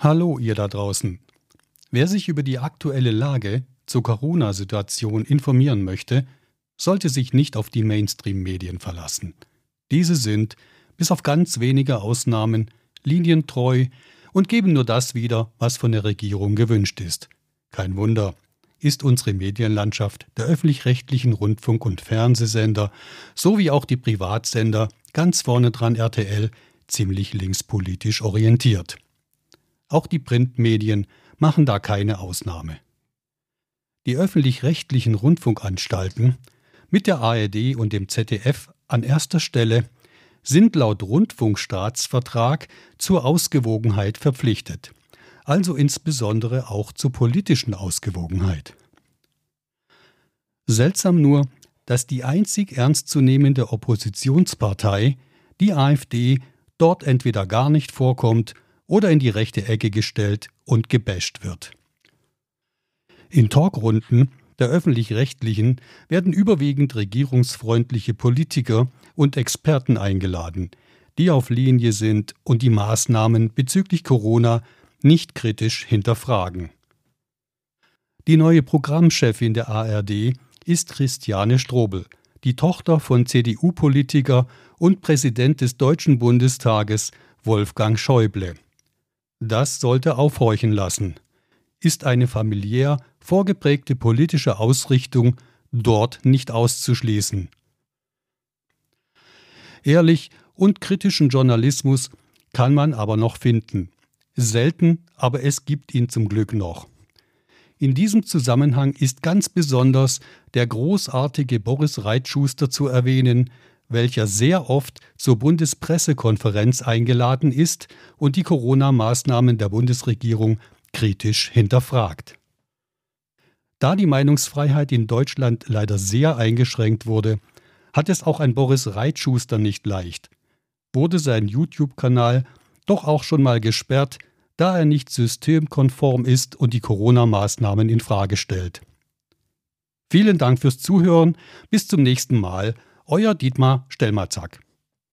Hallo ihr da draußen. Wer sich über die aktuelle Lage zur Corona-Situation informieren möchte, sollte sich nicht auf die Mainstream-Medien verlassen. Diese sind, bis auf ganz wenige Ausnahmen, linientreu und geben nur das wieder, was von der Regierung gewünscht ist. Kein Wunder, ist unsere Medienlandschaft der öffentlich-rechtlichen Rundfunk- und Fernsehsender sowie auch die Privatsender, ganz vorne dran RTL, ziemlich linkspolitisch orientiert. Auch die Printmedien machen da keine Ausnahme. Die öffentlich-rechtlichen Rundfunkanstalten mit der ARD und dem ZDF an erster Stelle sind laut Rundfunkstaatsvertrag zur Ausgewogenheit verpflichtet, also insbesondere auch zur politischen Ausgewogenheit. Seltsam nur, dass die einzig ernstzunehmende Oppositionspartei, die AfD, dort entweder gar nicht vorkommt oder in die rechte Ecke gestellt und gebasht wird. In Talkrunden der öffentlich-rechtlichen werden überwiegend regierungsfreundliche Politiker und Experten eingeladen, die auf Linie sind und die Maßnahmen bezüglich Corona nicht kritisch hinterfragen. Die neue Programmchefin der ARD ist Christiane Strobel, die Tochter von CDU-Politiker und Präsident des Deutschen Bundestages Wolfgang Schäuble. Das sollte aufhorchen lassen. Ist eine familiär vorgeprägte politische Ausrichtung dort nicht auszuschließen. Ehrlich und kritischen Journalismus kann man aber noch finden. Selten, aber es gibt ihn zum Glück noch. In diesem Zusammenhang ist ganz besonders der großartige Boris Reitschuster zu erwähnen, welcher sehr oft zur Bundespressekonferenz eingeladen ist und die Corona-Maßnahmen der Bundesregierung kritisch hinterfragt. Da die Meinungsfreiheit in Deutschland leider sehr eingeschränkt wurde, hat es auch ein Boris Reitschuster nicht leicht. Wurde sein YouTube-Kanal doch auch schon mal gesperrt, da er nicht systemkonform ist und die Corona-Maßnahmen in Frage stellt. Vielen Dank fürs Zuhören, bis zum nächsten Mal, euer Dietmar Stellmatzak.